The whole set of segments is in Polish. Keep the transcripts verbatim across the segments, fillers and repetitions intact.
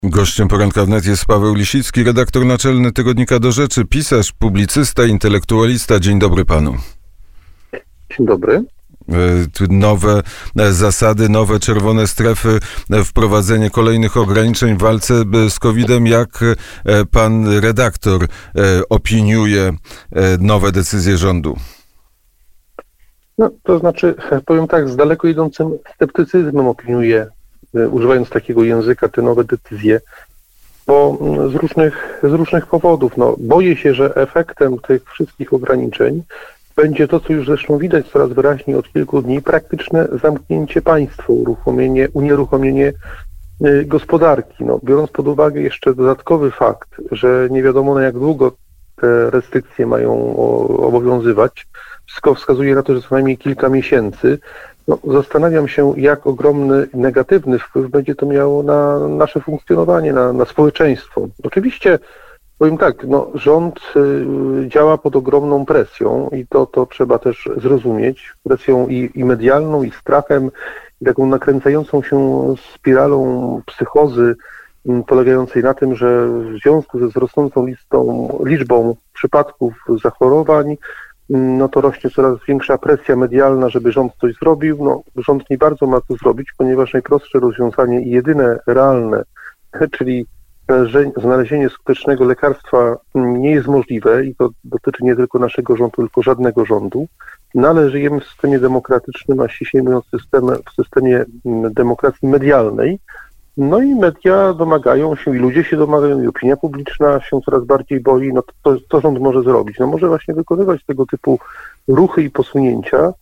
Gościem Poranka Wnet jest Paweł Lisicki, redaktor naczelny tygodnika Do Rzeczy, pisarz, publicysta, intelektualista. Dzień dobry panu. Dzień dobry. Nowe zasady, nowe czerwone strefy, wprowadzenie kolejnych ograniczeń w walce z kowidem. Jak pan redaktor opiniuje nowe decyzje rządu? No, to znaczy, powiem tak, z daleko idącym sceptycyzmem opiniuję, używając takiego języka, te nowe decyzje, bo z różnych, z różnych powodów. No, boję się, że efektem tych wszystkich ograniczeń będzie to, co już zresztą widać coraz wyraźniej od kilku dni, praktyczne zamknięcie państwa, uruchomienie, unieruchomienie gospodarki. No, biorąc pod uwagę jeszcze dodatkowy fakt, że nie wiadomo na jak długo te restrykcje mają obowiązywać, wszystko wskazuje na to, że co najmniej kilka miesięcy. No, zastanawiam się, jak ogromny negatywny wpływ będzie to miało na nasze funkcjonowanie, na, na społeczeństwo. Oczywiście, powiem tak, no, rząd y, działa pod ogromną presją i to, to trzeba też zrozumieć, presją i, i medialną, i strachem, i taką nakręcającą się spiralą psychozy, y, polegającej na tym, że w związku ze wzrosnącą listą, liczbą przypadków zachorowań, no to rośnie coraz większa presja medialna, żeby rząd coś zrobił. No, rząd nie bardzo ma co zrobić, ponieważ najprostsze rozwiązanie i jedyne realne, czyli znalezienie skutecznego lekarstwa nie jest możliwe i to dotyczy nie tylko naszego rządu, tylko żadnego rządu. No ale żyjemy w systemie demokratycznym, a ściślej mówiąc systemie, w systemie demokracji medialnej. No i media domagają się, i ludzie się domagają, i opinia publiczna się coraz bardziej boi. No to, co rząd może zrobić? No może właśnie wykonywać tego typu ruchy i posunięcia,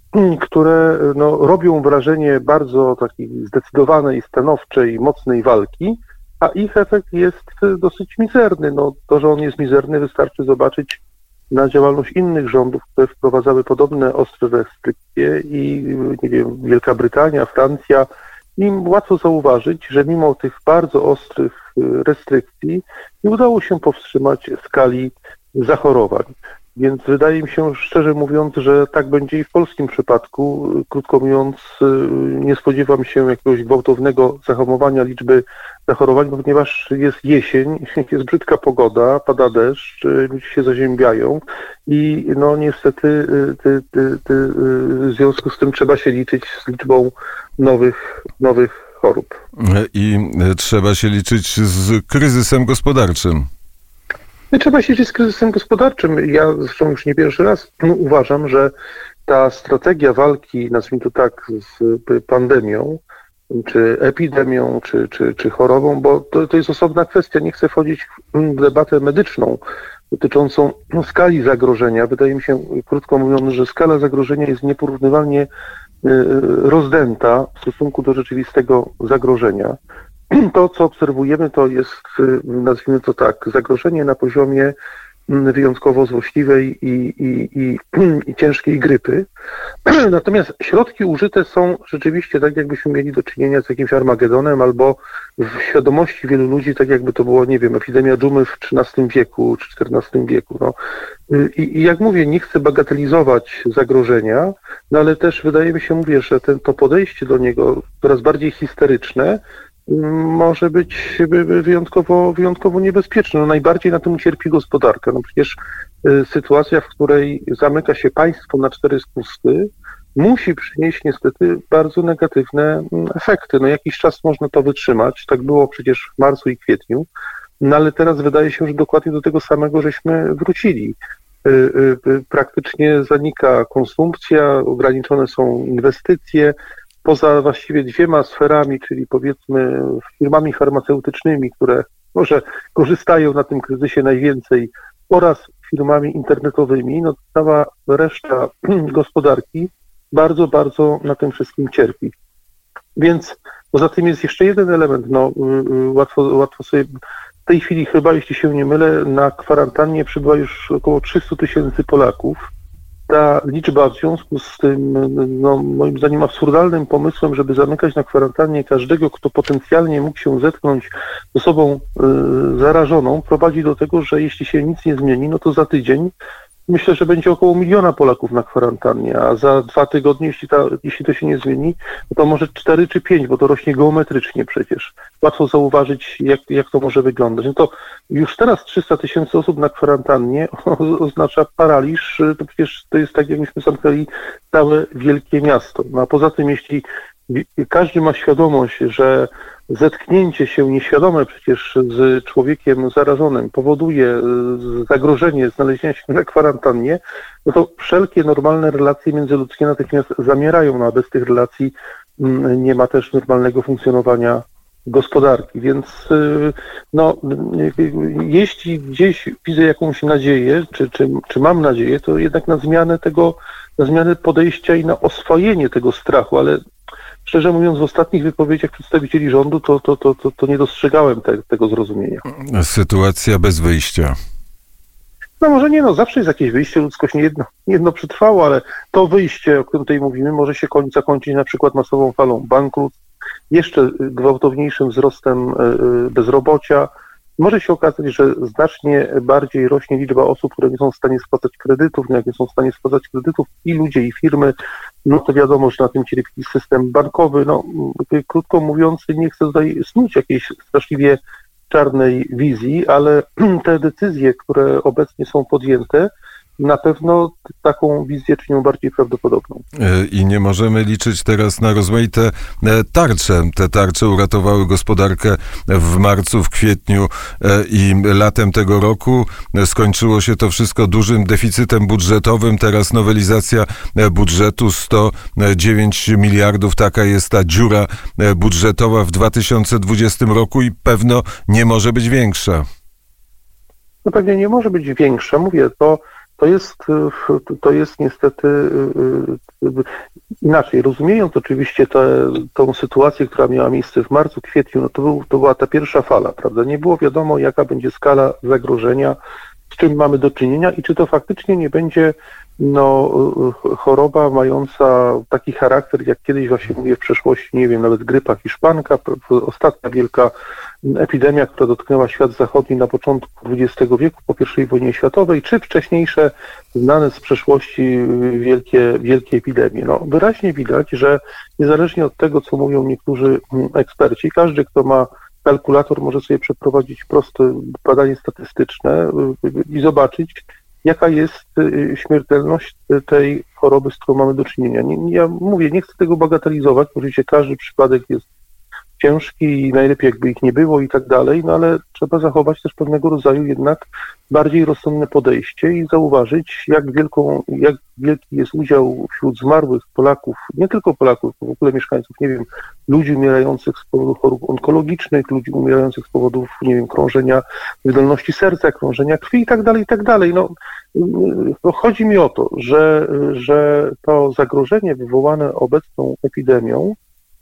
które no, robią wrażenie bardzo takiej zdecydowanej, stanowczej, mocnej walki, a ich efekt jest dosyć mizerny. No to, że on jest mizerny, wystarczy zobaczyć na działalność innych rządów, które wprowadzały podobne ostre restrykcje i, nie wiem, Wielka Brytania, Francja. I łatwo zauważyć, że mimo tych bardzo ostrych restrykcji nie udało się powstrzymać skali zachorowań. Więc wydaje mi się, szczerze mówiąc, że tak będzie i w polskim przypadku. Krótko mówiąc, nie spodziewam się jakiegoś gwałtownego zahamowania liczby zachorowań, ponieważ jest jesień, jest brzydka pogoda, pada deszcz, ludzie się zaziębiają i no niestety ty, ty, ty, w związku z tym trzeba się liczyć z liczbą nowych, nowych chorób. I trzeba się liczyć z kryzysem gospodarczym. Nie trzeba się liczyć z kryzysem gospodarczym. Ja zresztą już nie pierwszy raz uważam, że ta strategia walki, nazwijmy to tak, z pandemią, czy epidemią, czy, czy, czy chorobą, bo to, to jest osobna kwestia. Nie chcę wchodzić w debatę medyczną dotyczącą skali zagrożenia. Wydaje mi się, krótko mówiąc, że skala zagrożenia jest nieporównywalnie rozdęta w stosunku do rzeczywistego zagrożenia. To, co obserwujemy, to jest, nazwijmy to tak, zagrożenie na poziomie wyjątkowo złośliwej i, i, i, i ciężkiej grypy. Natomiast środki użyte są rzeczywiście tak, jakbyśmy mieli do czynienia z jakimś Armagedonem, albo w świadomości wielu ludzi, tak jakby to było, nie wiem, epidemia dżumy w trzynastym wieku czy czternastym wieku. No. I, I jak mówię, nie chcę bagatelizować zagrożenia, no ale też wydaje mi się, mówię, że ten, to podejście do niego coraz bardziej histeryczne może być wyjątkowo, wyjątkowo niebezpieczne. No najbardziej na tym ucierpi gospodarka. No przecież y, sytuacja, w której zamyka się państwo na cztery spusty, musi przynieść niestety bardzo negatywne efekty. No jakiś czas można to wytrzymać. Tak było przecież w marcu i kwietniu. No ale teraz wydaje się, że dokładnie do tego samego żeśmy wrócili. Y, y, praktycznie zanika konsumpcja, ograniczone są inwestycje. Poza właściwie dwiema sferami, czyli powiedzmy firmami farmaceutycznymi, które może korzystają na tym kryzysie najwięcej, oraz firmami internetowymi, no cała reszta gospodarki bardzo, bardzo na tym wszystkim cierpi. Więc poza tym jest jeszcze jeden element, no łatwo, łatwo sobie w tej chwili chyba, jeśli się nie mylę, na kwarantannie przybywa już około trzysta tysięcy Polaków. Ta liczba w związku z tym, no, moim zdaniem, absurdalnym pomysłem, żeby zamykać na kwarantannie każdego, kto potencjalnie mógł się zetknąć z osobą y, zarażoną, prowadzi do tego, że jeśli się nic nie zmieni, no to za tydzień myślę, że będzie około miliona Polaków na kwarantannie, a za dwa tygodnie, jeśli, ta, jeśli to się nie zmieni, to może cztery czy pięć, bo to rośnie geometrycznie przecież. Łatwo zauważyć, jak, jak to może wyglądać. No to już teraz trzysta tysięcy osób na kwarantannie oznacza paraliż, to przecież to jest tak, jakbyśmy zamknęli całe wielkie miasto. No a poza tym, jeśli każdy ma świadomość, że zetknięcie się nieświadome przecież z człowiekiem zarażonym powoduje zagrożenie znalezienia się na kwarantannie, no to wszelkie normalne relacje międzyludzkie natychmiast zamierają, no a bez tych relacji nie ma też normalnego funkcjonowania gospodarki. Więc no, jeśli gdzieś widzę jakąś nadzieję, czy, czy, czy mam nadzieję, to jednak na zmianę tego, na zmianę podejścia i na oswojenie tego strachu, ale szczerze mówiąc, w ostatnich wypowiedziach przedstawicieli rządu to, to, to, to, to nie dostrzegałem te, tego zrozumienia. Sytuacja bez wyjścia. No może nie, no zawsze jest jakieś wyjście, ludzkość nie jedno, nie jedno przetrwało, ale to wyjście, o którym tutaj mówimy, może się końca zakończyć na przykład masową falą bankructw, jeszcze gwałtowniejszym wzrostem bezrobocia. Może się okazać, że znacznie bardziej rośnie liczba osób, które nie są w stanie spłacać kredytów, no jak nie są w stanie spłacać kredytów i ludzie, i firmy, no to wiadomo, że na tym cierpi system bankowy. No, krótko mówiąc, nie chcę tutaj snuć jakiejś straszliwie czarnej wizji, ale te decyzje, które obecnie są podjęte, na pewno taką wizję czynią bardziej prawdopodobną. I nie możemy liczyć teraz na rozmaite tarcze. Te tarcze uratowały gospodarkę w marcu, w kwietniu i latem tego roku. Skończyło się to wszystko dużym deficytem budżetowym. Teraz nowelizacja budżetu sto dziewięć miliardów. Taka jest ta dziura budżetowa w dwa tysiące dwudziestym roku i pewno nie może być większa. No pewnie nie może być większa. Mówię, to To jest, to jest niestety inaczej. Rozumiejąc oczywiście tę, tą sytuację, która miała miejsce w marcu, kwietniu, no to, był, to była ta pierwsza fala, prawda? Nie było wiadomo, jaka będzie skala zagrożenia, z czym mamy do czynienia i czy to faktycznie nie będzie no, choroba mająca taki charakter, jak kiedyś właśnie mówię w przeszłości, nie wiem, nawet grypa hiszpanka, ostatnia wielka epidemia, która dotknęła świat zachodni na początku dwudziestego wieku po pierwszej wojnie światowej, czy wcześniejsze znane z przeszłości wielkie, wielkie epidemie. No, wyraźnie widać, że niezależnie od tego, co mówią niektórzy eksperci, każdy, kto ma kalkulator, może sobie przeprowadzić proste badanie statystyczne i zobaczyć, jaka jest śmiertelność tej choroby, z którą mamy do czynienia. Nie, ja mówię, nie chcę tego bagatelizować, oczywiście każdy przypadek jest ciężki i najlepiej jakby ich nie było i tak dalej, no ale trzeba zachować też pewnego rodzaju jednak bardziej rozsądne podejście i zauważyć, jak wielką, jak wielki jest udział wśród zmarłych Polaków, nie tylko Polaków, w ogóle mieszkańców, nie wiem, ludzi umierających z powodu chorób onkologicznych, ludzi umierających z powodów, nie wiem, krążenia wydolności serca, krążenia krwi i tak dalej, i tak dalej. No, no chodzi mi o to, że, że to zagrożenie wywołane obecną epidemią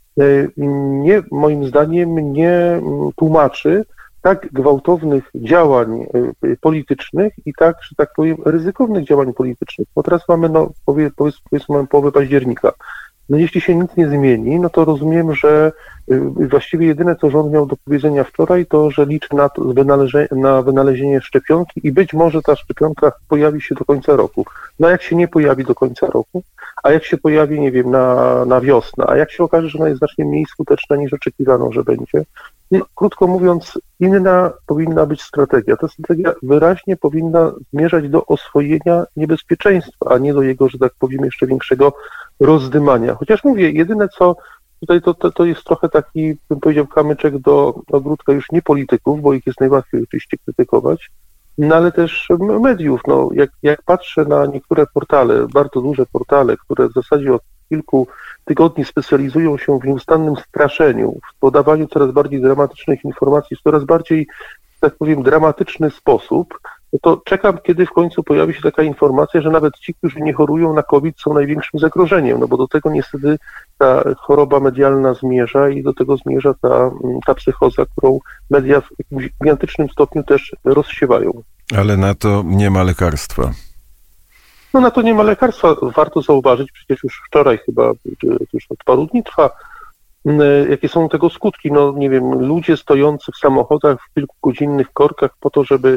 nie, moim zdaniem nie tłumaczy tak gwałtownych działań politycznych i tak, że tak powiem, ryzykownych działań politycznych. Bo teraz mamy, no, powie, powiedzmy, mamy połowę października. No jeśli się nic nie zmieni, no to rozumiem, że właściwie jedyne, co rząd miał do powiedzenia wczoraj, to, że liczy na, to, na wynalezienie szczepionki i być może ta szczepionka pojawi się do końca roku. No a jak się nie pojawi do końca roku, a jak się pojawi, nie wiem, na, na wiosnę, a jak się okaże, że ona jest znacznie mniej skuteczna niż oczekiwano, że będzie, no, krótko mówiąc, inna powinna być strategia. Ta strategia wyraźnie powinna zmierzać do oswojenia niebezpieczeństwa, a nie do jego, że tak powiem, jeszcze większego rozdymania. Chociaż mówię, jedyne co tutaj to, to, to jest trochę taki, bym powiedział, kamyczek do ogródka już nie polityków, bo ich jest najłatwiej oczywiście krytykować, no ale też mediów. No, jak, jak patrzę na niektóre portale, bardzo duże portale, które w zasadzie od kilku tygodni specjalizują się w nieustannym straszeniu, w podawaniu coraz bardziej dramatycznych informacji w coraz bardziej, tak powiem, dramatyczny sposób, to czekam, kiedy w końcu pojawi się taka informacja, że nawet ci, którzy nie chorują na COVID, są największym zagrożeniem, no bo do tego niestety ta choroba medialna zmierza i do tego zmierza ta, ta psychoza, którą media w jakimś gigantycznym stopniu też rozsiewają. Ale na to nie ma lekarstwa. No na to nie ma lekarstwa. Warto zauważyć, przecież już wczoraj chyba, czy już od paru dni trwa, jakie są tego skutki. No nie wiem, ludzie stojący w samochodach w kilkugodzinnych korkach po to, żeby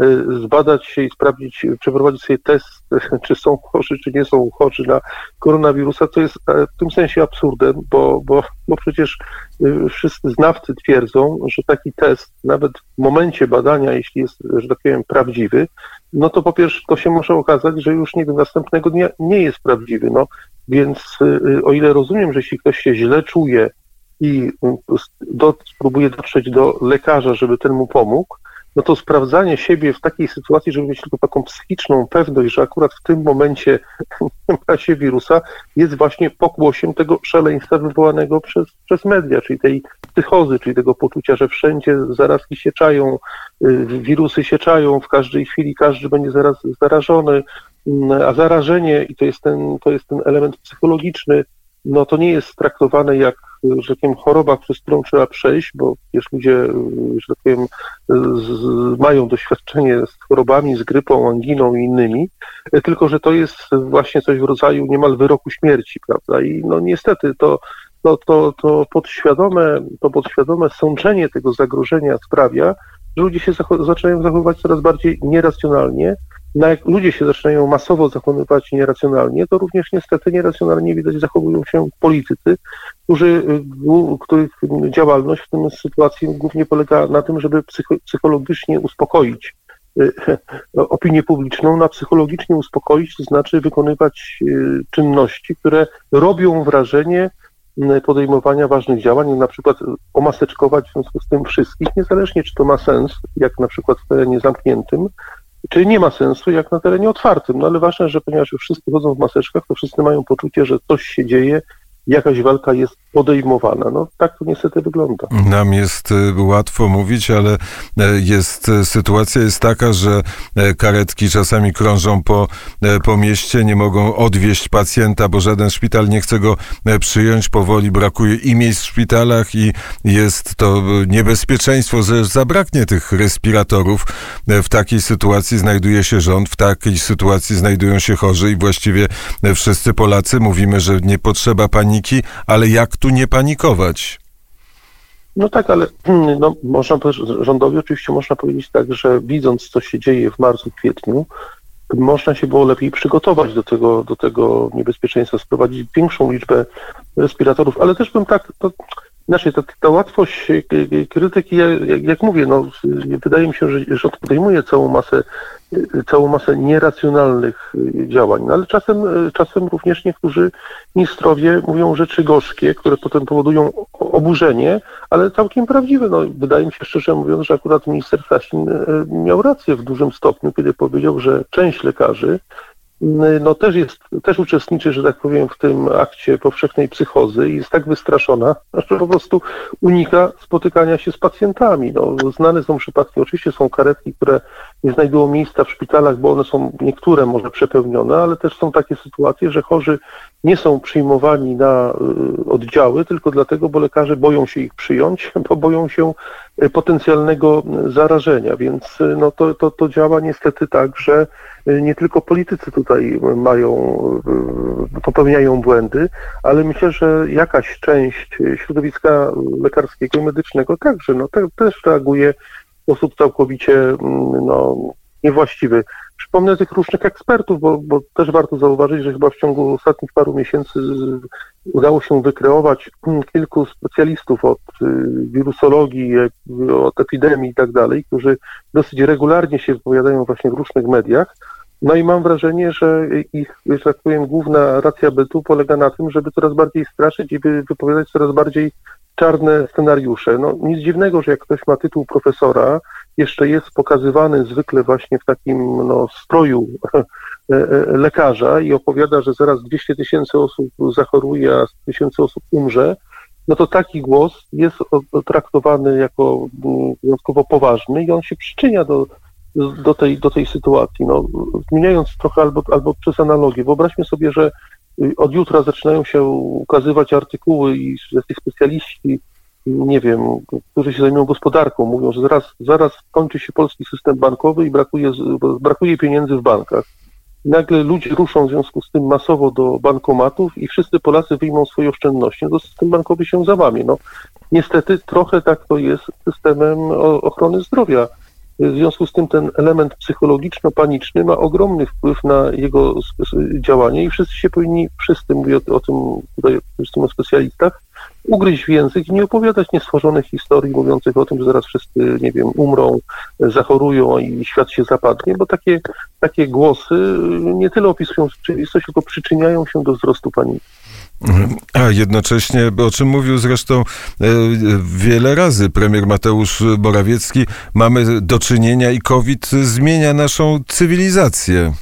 zbadać się i sprawdzić, przeprowadzić sobie test, czy są chorzy, czy nie są chorzy na koronawirusa, to jest w tym sensie absurdem, bo, bo, bo przecież wszyscy znawcy twierdzą, że taki test nawet w momencie badania, jeśli jest, że tak powiem, prawdziwy, no to po pierwsze to się może okazać, że już nie wiem, następnego dnia nie jest prawdziwy. No, więc o ile rozumiem, że jeśli ktoś się źle czuje i do, spróbuje dotrzeć do lekarza, żeby ten mu pomógł, no to sprawdzanie siebie w takiej sytuacji, żeby mieć tylko taką psychiczną pewność, że akurat w tym momencie nie ma się wirusa, jest właśnie pokłosiem tego szaleństwa wywołanego przez, przez media, czyli tej psychozy, czyli tego poczucia, że wszędzie zarazki się czają, wirusy się czają, w każdej chwili każdy będzie zaraz zarażony, a zarażenie, i to jest ten, to jest ten element psychologiczny, no to nie jest traktowane jak, że tak powiem, choroba, przez którą trzeba przejść, bo wiesz, ludzie, że tak powiem, z, mają doświadczenie z chorobami, z grypą, anginą i innymi, tylko że to jest właśnie coś w rodzaju niemal wyroku śmierci, prawda? I no niestety to, to, to, to podświadome, to podświadome sączenie tego zagrożenia sprawia, że ludzie się zacho- zaczynają zachowywać coraz bardziej nieracjonalnie. No jak ludzie się zaczynają masowo zachowywać nieracjonalnie, to również niestety nieracjonalnie widać zachowują się politycy, którzy, których działalność w tej sytuacji głównie polega na tym, żeby psycho, psychologicznie uspokoić opinię publiczną. Na psychologicznie uspokoić, to znaczy wykonywać czynności, które robią wrażenie podejmowania ważnych działań, na przykład omaseczkować w związku z tym wszystkich, niezależnie czy to ma sens, jak na przykład w terenie zamkniętym, czy nie ma sensu, jak na terenie otwartym. No ale ważne, że ponieważ już wszyscy chodzą w maseczkach, to wszyscy mają poczucie, że coś się dzieje, jakaś walka jest podejmowana. No tak to niestety wygląda. Nam jest łatwo mówić, ale jest, sytuacja jest taka, że karetki czasami krążą po, po mieście, nie mogą odwieźć pacjenta, bo żaden szpital nie chce go przyjąć. Powoli brakuje i miejsc w szpitalach i jest to niebezpieczeństwo, że zabraknie tych respiratorów. W takiej sytuacji znajduje się rząd, w takiej sytuacji znajdują się chorzy i właściwie wszyscy Polacy mówimy, że nie potrzeba paniki, ale jak tu nie panikować? No tak, ale no, można rządowi oczywiście można powiedzieć tak, że widząc, co się dzieje w marcu, kwietniu, można się było lepiej przygotować do tego, do tego niebezpieczeństwa, sprowadzić większą liczbę respiratorów, ale też bym tak, to, inaczej, ta, ta łatwość krytyki, jak, jak mówię, no, wydaje mi się, że rząd podejmuje całą masę, całą masę nieracjonalnych działań, no, ale czasem, czasem również niektórzy ministrowie mówią rzeczy gorzkie, które potem powodują oburzenie, ale całkiem prawdziwe. No, wydaje mi się, szczerze mówiąc, że akurat minister Sasin miał rację w dużym stopniu, kiedy powiedział, że część lekarzy no też jest, też uczestniczy, że tak powiem, w tym akcie powszechnej psychozy i jest tak wystraszona, że po prostu unika spotykania się z pacjentami. No, znane są przypadki, oczywiście są karetki, które nie znajdują miejsca w szpitalach, bo one są niektóre może przepełnione, ale też są takie sytuacje, że chorzy nie są przyjmowani na oddziały tylko dlatego, bo lekarze boją się ich przyjąć, bo boją się potencjalnego zarażenia, więc no to, to, to działa niestety tak, że nie tylko politycy tutaj mają, popełniają błędy, ale myślę, że jakaś część środowiska lekarskiego i medycznego także no, te, też reaguje w sposób całkowicie no, niewłaściwy. Przypomnę tych różnych ekspertów, bo, bo też warto zauważyć, że chyba w ciągu ostatnich paru miesięcy udało się wykreować kilku specjalistów od wirusologii, od epidemii i tak dalej, którzy dosyć regularnie się wypowiadają właśnie w różnych mediach. No i mam wrażenie, że ich, że tak powiem, główna racja bytu polega na tym, żeby coraz bardziej straszyć i wypowiadać coraz bardziej czarne scenariusze. No nic dziwnego, że jak ktoś ma tytuł profesora, jeszcze jest pokazywany zwykle właśnie w takim no, stroju lekarza i opowiada, że zaraz dwieście tysięcy osób zachoruje, a sto tysięcy osób umrze, no to taki głos jest traktowany jako wyjątkowo poważny i on się przyczynia do, do, tej, do tej sytuacji. No, zmieniając trochę albo, albo przez analogię, wyobraźmy sobie, że od jutra zaczynają się ukazywać artykuły i że tych specjaliści, nie wiem, którzy się zajmują gospodarką, mówią, że zaraz, zaraz kończy się polski system bankowy i brakuje, brakuje pieniędzy w bankach. I nagle ludzie ruszą w związku z tym masowo do bankomatów i wszyscy Polacy wyjmą swoje oszczędności, no to system bankowy się załamie. No, niestety trochę tak to jest z systemem ochrony zdrowia. W związku z tym ten element psychologiczno-paniczny ma ogromny wpływ na jego działanie i wszyscy się powinni, wszyscy, mówię o, o tym tutaj, wszyscy o specjalistach, ugryźć w język i nie opowiadać niestworzonych historii mówiących o tym, że zaraz wszyscy, nie wiem, umrą, zachorują i świat się zapadnie, bo takie, takie głosy nie tyle opisują rzeczywistość, tylko przyczyniają się do wzrostu paniki. A jednocześnie, o czym mówił zresztą wiele razy premier Mateusz Morawiecki, mamy do czynienia i COVID zmienia naszą cywilizację.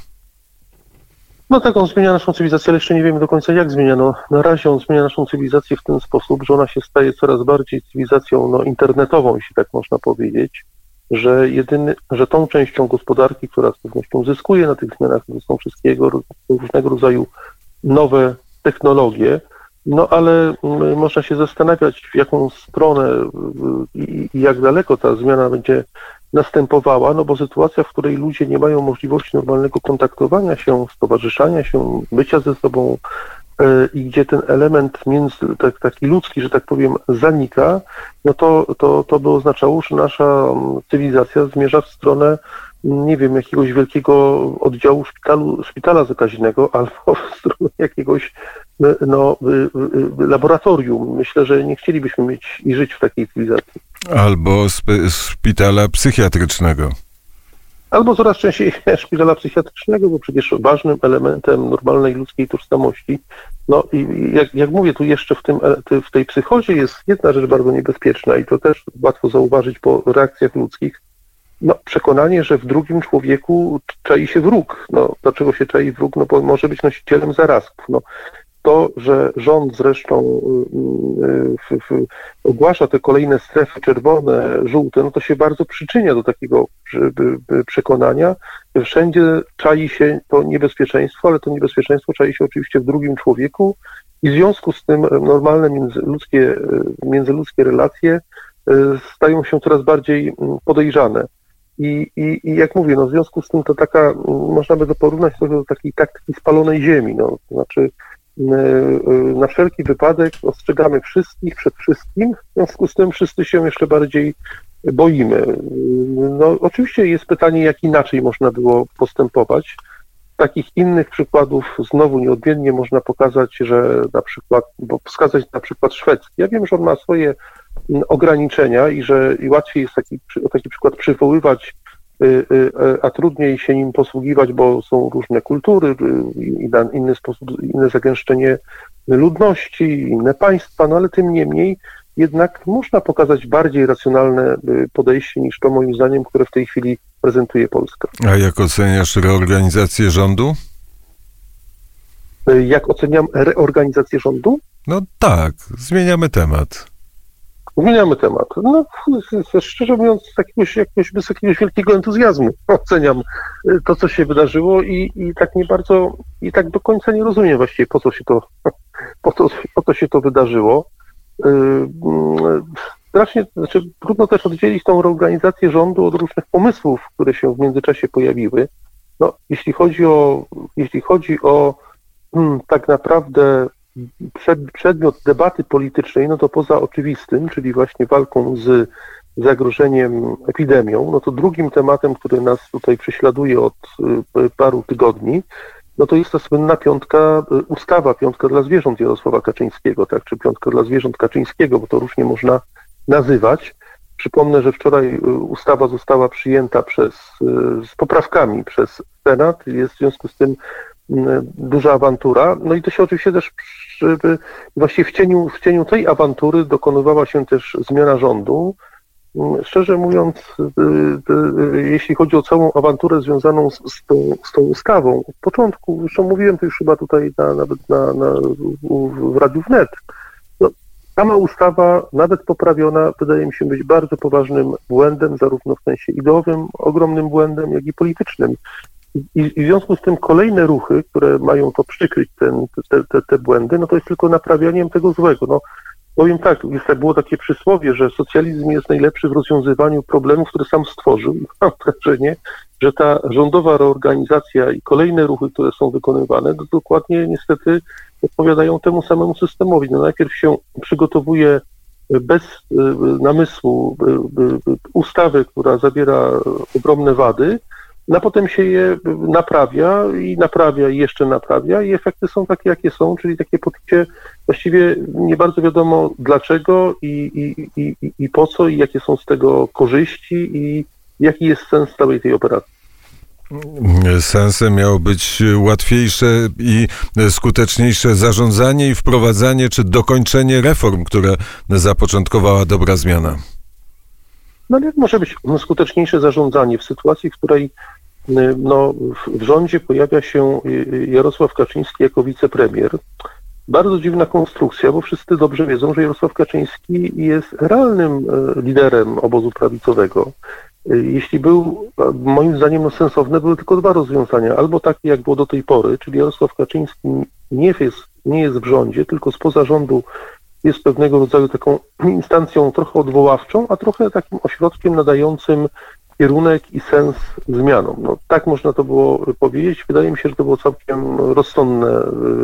No tak, on zmienia naszą cywilizację, ale jeszcze nie wiemy do końca, jak zmienia. No, na razie on zmienia naszą cywilizację w ten sposób, że ona się staje coraz bardziej cywilizacją no, internetową, jeśli tak można powiedzieć, że jedyny, że tą częścią gospodarki, która z pewnością zyskuje na tych zmianach, to są wszystkiego różnego rodzaju nowe technologie, no ale m, można się zastanawiać, w jaką stronę i, i jak daleko ta zmiana będzie następowała, no bo sytuacja, w której ludzie nie mają możliwości normalnego kontaktowania się, stowarzyszania się, bycia ze sobą y, i gdzie ten element między, tak, taki ludzki, że tak powiem, zanika, no to, to, to by oznaczało, że nasza cywilizacja zmierza w stronę, nie wiem, jakiegoś wielkiego oddziału szpitalu, szpitala zakaźnego albo w stronę jakiegoś no, laboratorium. Myślę, że nie chcielibyśmy mieć i żyć w takiej cywilizacji. Albo spe- szpitala psychiatrycznego. Albo coraz częściej szpitala psychiatrycznego, bo przecież ważnym elementem normalnej ludzkiej tożsamości, no i jak, jak mówię, tu jeszcze w, tym, w tej psychozie jest jedna rzecz bardzo niebezpieczna i to też łatwo zauważyć po reakcjach ludzkich, no przekonanie, że w drugim człowieku czai się wróg. No dlaczego się czai wróg? No bo może być nosicielem zarazków. No, to, że rząd zresztą w, w, ogłasza te kolejne strefy czerwone, żółte, no to się bardzo przyczynia do takiego przekonania, że wszędzie czai się to niebezpieczeństwo, ale to niebezpieczeństwo czai się oczywiście w drugim człowieku i w związku z tym normalne międzyludzkie, międzyludzkie relacje stają się coraz bardziej podejrzane. I, i, I jak mówię, no w związku z tym to taka, można by to porównać do takiej taktyki spalonej ziemi, no, to znaczy na wszelki wypadek ostrzegamy wszystkich przed wszystkim, w związku z tym wszyscy się jeszcze bardziej boimy. No oczywiście jest pytanie, jak inaczej można było postępować. Takich innych przykładów znowu nieodmiennie można pokazać, że na przykład, bo wskazać na przykład szwedzki. Ja wiem, że on ma swoje ograniczenia i że i łatwiej jest taki, taki przykład przywoływać, a trudniej się nim posługiwać, bo są różne kultury, inny sposób, inne zagęszczenie ludności, inne państwa, no ale tym niemniej jednak można pokazać bardziej racjonalne podejście niż to moim zdaniem, które w tej chwili prezentuje Polska. A jak oceniasz reorganizację rządu? Jak oceniam reorganizację rządu? No tak, zmieniamy temat. Zmieniamy temat. No, szczerze mówiąc, z jakiegoś, jakiegoś, bez jakiegoś wielkiego entuzjazmu oceniam to, co się wydarzyło i, i tak nie bardzo, i tak do końca nie rozumiem właściwie, po co się to, po to, po to się to wydarzyło. Strasznie, znaczy, trudno też oddzielić tą reorganizację rządu od różnych pomysłów, które się w międzyczasie pojawiły. No, jeśli chodzi o, jeśli chodzi o hmm, tak naprawdę przedmiot debaty politycznej, no to poza oczywistym, czyli właśnie walką z zagrożeniem epidemią, no to drugim tematem, który nas tutaj prześladuje od paru tygodni, no to jest ta słynna piątka, ustawa piątka dla zwierząt Jarosława Kaczyńskiego, tak, czy piątka dla zwierząt Kaczyńskiego, bo to różnie można nazywać. Przypomnę, że wczoraj ustawa została przyjęta przez, z poprawkami przez Senat, jest w związku z tym duża awantura. No i to się oczywiście też żeby właśnie w cieniu, w cieniu tej awantury dokonywała się też zmiana rządu. Szczerze mówiąc, jeśli chodzi o całą awanturę związaną z, z, tą, z tą ustawą, od początku, zresztą mówiłem to już chyba tutaj na, nawet na, na, w Radiu Wnet, no, sama ustawa, nawet poprawiona, wydaje mi się być bardzo poważnym błędem, zarówno w sensie ideowym, ogromnym błędem, jak i politycznym. I, I w związku z tym kolejne ruchy, które mają to przykryć, ten, te, te, te błędy, no to jest tylko naprawianiem tego złego. No, powiem tak, jest, było takie przysłowie, że socjalizm jest najlepszy w rozwiązywaniu problemów, które sam stworzył. I mam wrażenie, że ta rządowa reorganizacja i kolejne ruchy, które są wykonywane, to dokładnie niestety odpowiadają temu samemu systemowi. No, najpierw się przygotowuje bez namysłu ustawy, która zawiera ogromne wady, a potem się je naprawia i naprawia i jeszcze naprawia i efekty są takie, jakie są, czyli takie poczucie właściwie nie bardzo wiadomo dlaczego i, i, i, i po co i jakie są z tego korzyści i jaki jest sens całej tej operacji. Sensem miało być łatwiejsze i skuteczniejsze zarządzanie i wprowadzanie czy dokończenie reform, które zapoczątkowała dobra zmiana. No jak może być skuteczniejsze zarządzanie w sytuacji, w której no, w rządzie pojawia się Jarosław Kaczyński jako wicepremier. Bardzo dziwna konstrukcja, bo wszyscy dobrze wiedzą, że Jarosław Kaczyński jest realnym liderem obozu prawicowego. Jeśli był, moim zdaniem, no, sensowne były tylko dwa rozwiązania. Albo takie, jak było do tej pory, czyli Jarosław Kaczyński nie jest, nie jest w rządzie, tylko spoza rządu jest pewnego rodzaju taką instancją trochę odwoławczą, a trochę takim ośrodkiem nadającym kierunek i sens zmianom. No, tak można to było powiedzieć. Wydaje mi się, że to było całkiem rozsądne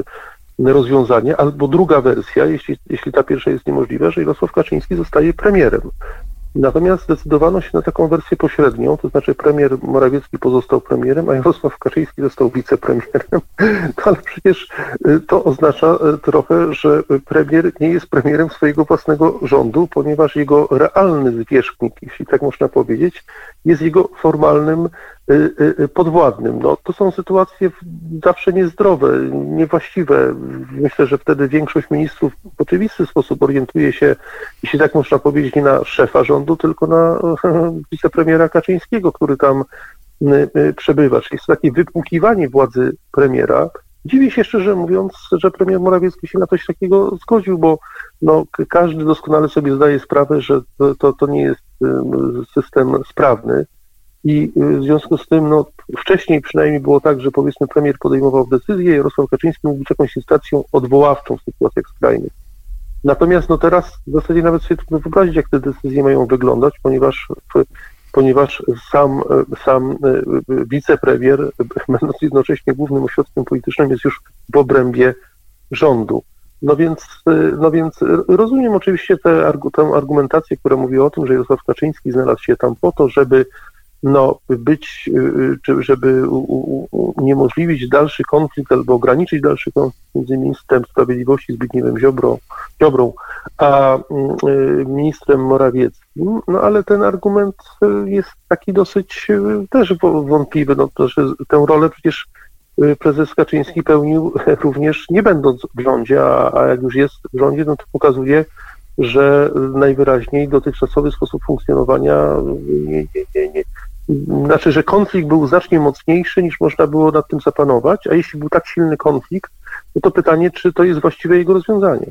rozwiązanie. Albo druga wersja, jeśli, jeśli ta pierwsza jest niemożliwa, że Jarosław Kaczyński zostaje premierem. Natomiast zdecydowano się na taką wersję pośrednią, to znaczy premier Morawiecki pozostał premierem, a Jarosław Kaczyński został wicepremierem. No ale przecież to oznacza trochę, że premier nie jest premierem swojego własnego rządu, ponieważ jego realny zwierzchnik, jeśli tak można powiedzieć, jest jego formalnym podwładnym. No, to są sytuacje zawsze niezdrowe, niewłaściwe. Myślę, że wtedy większość ministrów w oczywisty sposób orientuje się, jeśli tak można powiedzieć, nie na szefa rządu, tylko na wicepremiera Kaczyńskiego, który tam przebywa. Czyli jest takie wypłukiwanie władzy premiera. Dziwię się szczerze mówiąc, że premier Morawiecki się na coś takiego zgodził, bo no, każdy doskonale sobie zdaje sprawę, że to, to, to nie jest system sprawny. I w związku z tym, no, wcześniej przynajmniej było tak, że powiedzmy premier podejmował decyzję, Jarosław Kaczyński mógł być jakąś instancją odwoławczą w sytuacjach skrajnych. Natomiast no teraz w zasadzie nawet sobie trudno wyobrazić, jak te decyzje mają wyglądać, ponieważ, ponieważ sam, sam wicepremier, będąc jednocześnie głównym ośrodkiem politycznym, jest już w obrębie rządu. No więc, no więc rozumiem oczywiście tę, tę argumentację, która mówi o tym, że Jarosław Kaczyński znalazł się tam po to, żeby no, być, żeby uniemożliwić dalszy konflikt albo ograniczyć dalszy konflikt między ministrem sprawiedliwości Zbigniewem Ziobro, Ziobrą a ministrem Morawieckim, no ale ten argument jest taki dosyć też wątpliwy, no to, że tę rolę przecież prezes Kaczyński pełnił również nie będąc w rządzie, a, a jak już jest w rządzie, no to pokazuje, że najwyraźniej dotychczasowy sposób funkcjonowania nie, nie, nie, nie. Znaczy, że konflikt był znacznie mocniejszy niż można było nad tym zapanować, a jeśli był tak silny konflikt, no to pytanie, czy to jest właściwe jego rozwiązanie.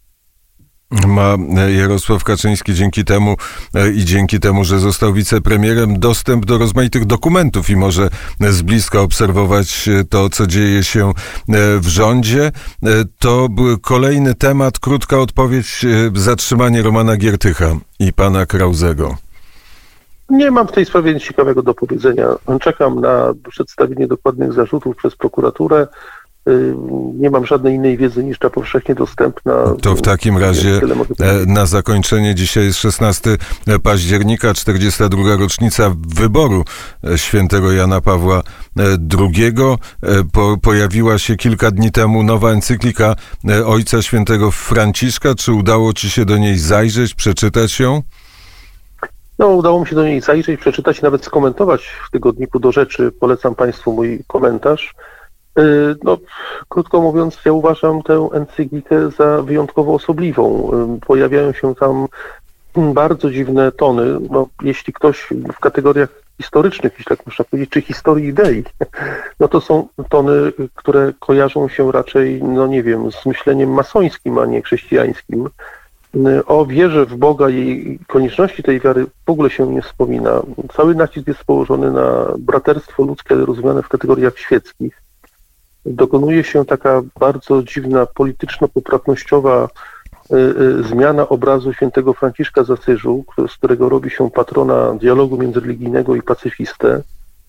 Ma Jarosław Kaczyński dzięki temu i dzięki temu, że został wicepremierem, dostęp do rozmaitych dokumentów i może z bliska obserwować to, co dzieje się w rządzie. To kolejny temat, krótka odpowiedź, zatrzymanie Romana Giertycha i pana Krauzego. Nie mam w tej sprawie nic ciekawego do powiedzenia. Czekam na przedstawienie dokładnych zarzutów przez prokuraturę. Nie mam żadnej innej wiedzy niż ta powszechnie dostępna. To w takim razie na zakończenie, dzisiaj jest szesnastego października, czterdziesta druga rocznica wyboru świętego Jana Pawła drugiego. Po, pojawiła się kilka dni temu nowa encyklika Ojca Świętego Franciszka. Czy udało ci się do niej zajrzeć, przeczytać ją? No, udało mi się do niej zajrzeć, przeczytać i nawet skomentować w tygodniku Do Rzeczy. Polecam Państwu mój komentarz. No, krótko mówiąc, ja uważam tę encyklikę za wyjątkowo osobliwą. Pojawiają się tam bardzo dziwne tony. No, jeśli ktoś w kategoriach historycznych, jeśli tak można powiedzieć, czy historii idei, no to są tony, które kojarzą się raczej, no nie wiem, z myśleniem masońskim, a nie chrześcijańskim. O wierze w Boga i konieczności tej wiary w ogóle się nie wspomina. Cały nacisk jest położony na braterstwo ludzkie, ale rozumiane w kategoriach świeckich. Dokonuje się taka bardzo dziwna, polityczno-poprawnościowa y, y, zmiana obrazu świętego Franciszka z Asyżu, z którego robi się patrona dialogu międzyreligijnego i pacyfistę.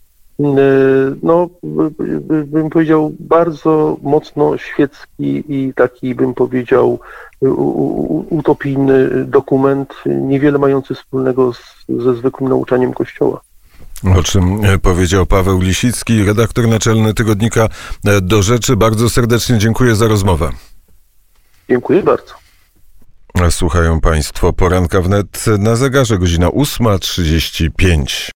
no, bym powiedział, bardzo mocno świecki i taki, bym powiedział, utopijny dokument, niewiele mający wspólnego z, ze zwykłym nauczaniem Kościoła. O czym powiedział Paweł Lisicki, redaktor naczelny tygodnika Do Rzeczy. Bardzo serdecznie dziękuję za rozmowę. Dziękuję bardzo. Słuchają Państwo Poranka Wnet, na zegarze godzina ósma trzydzieści pięć.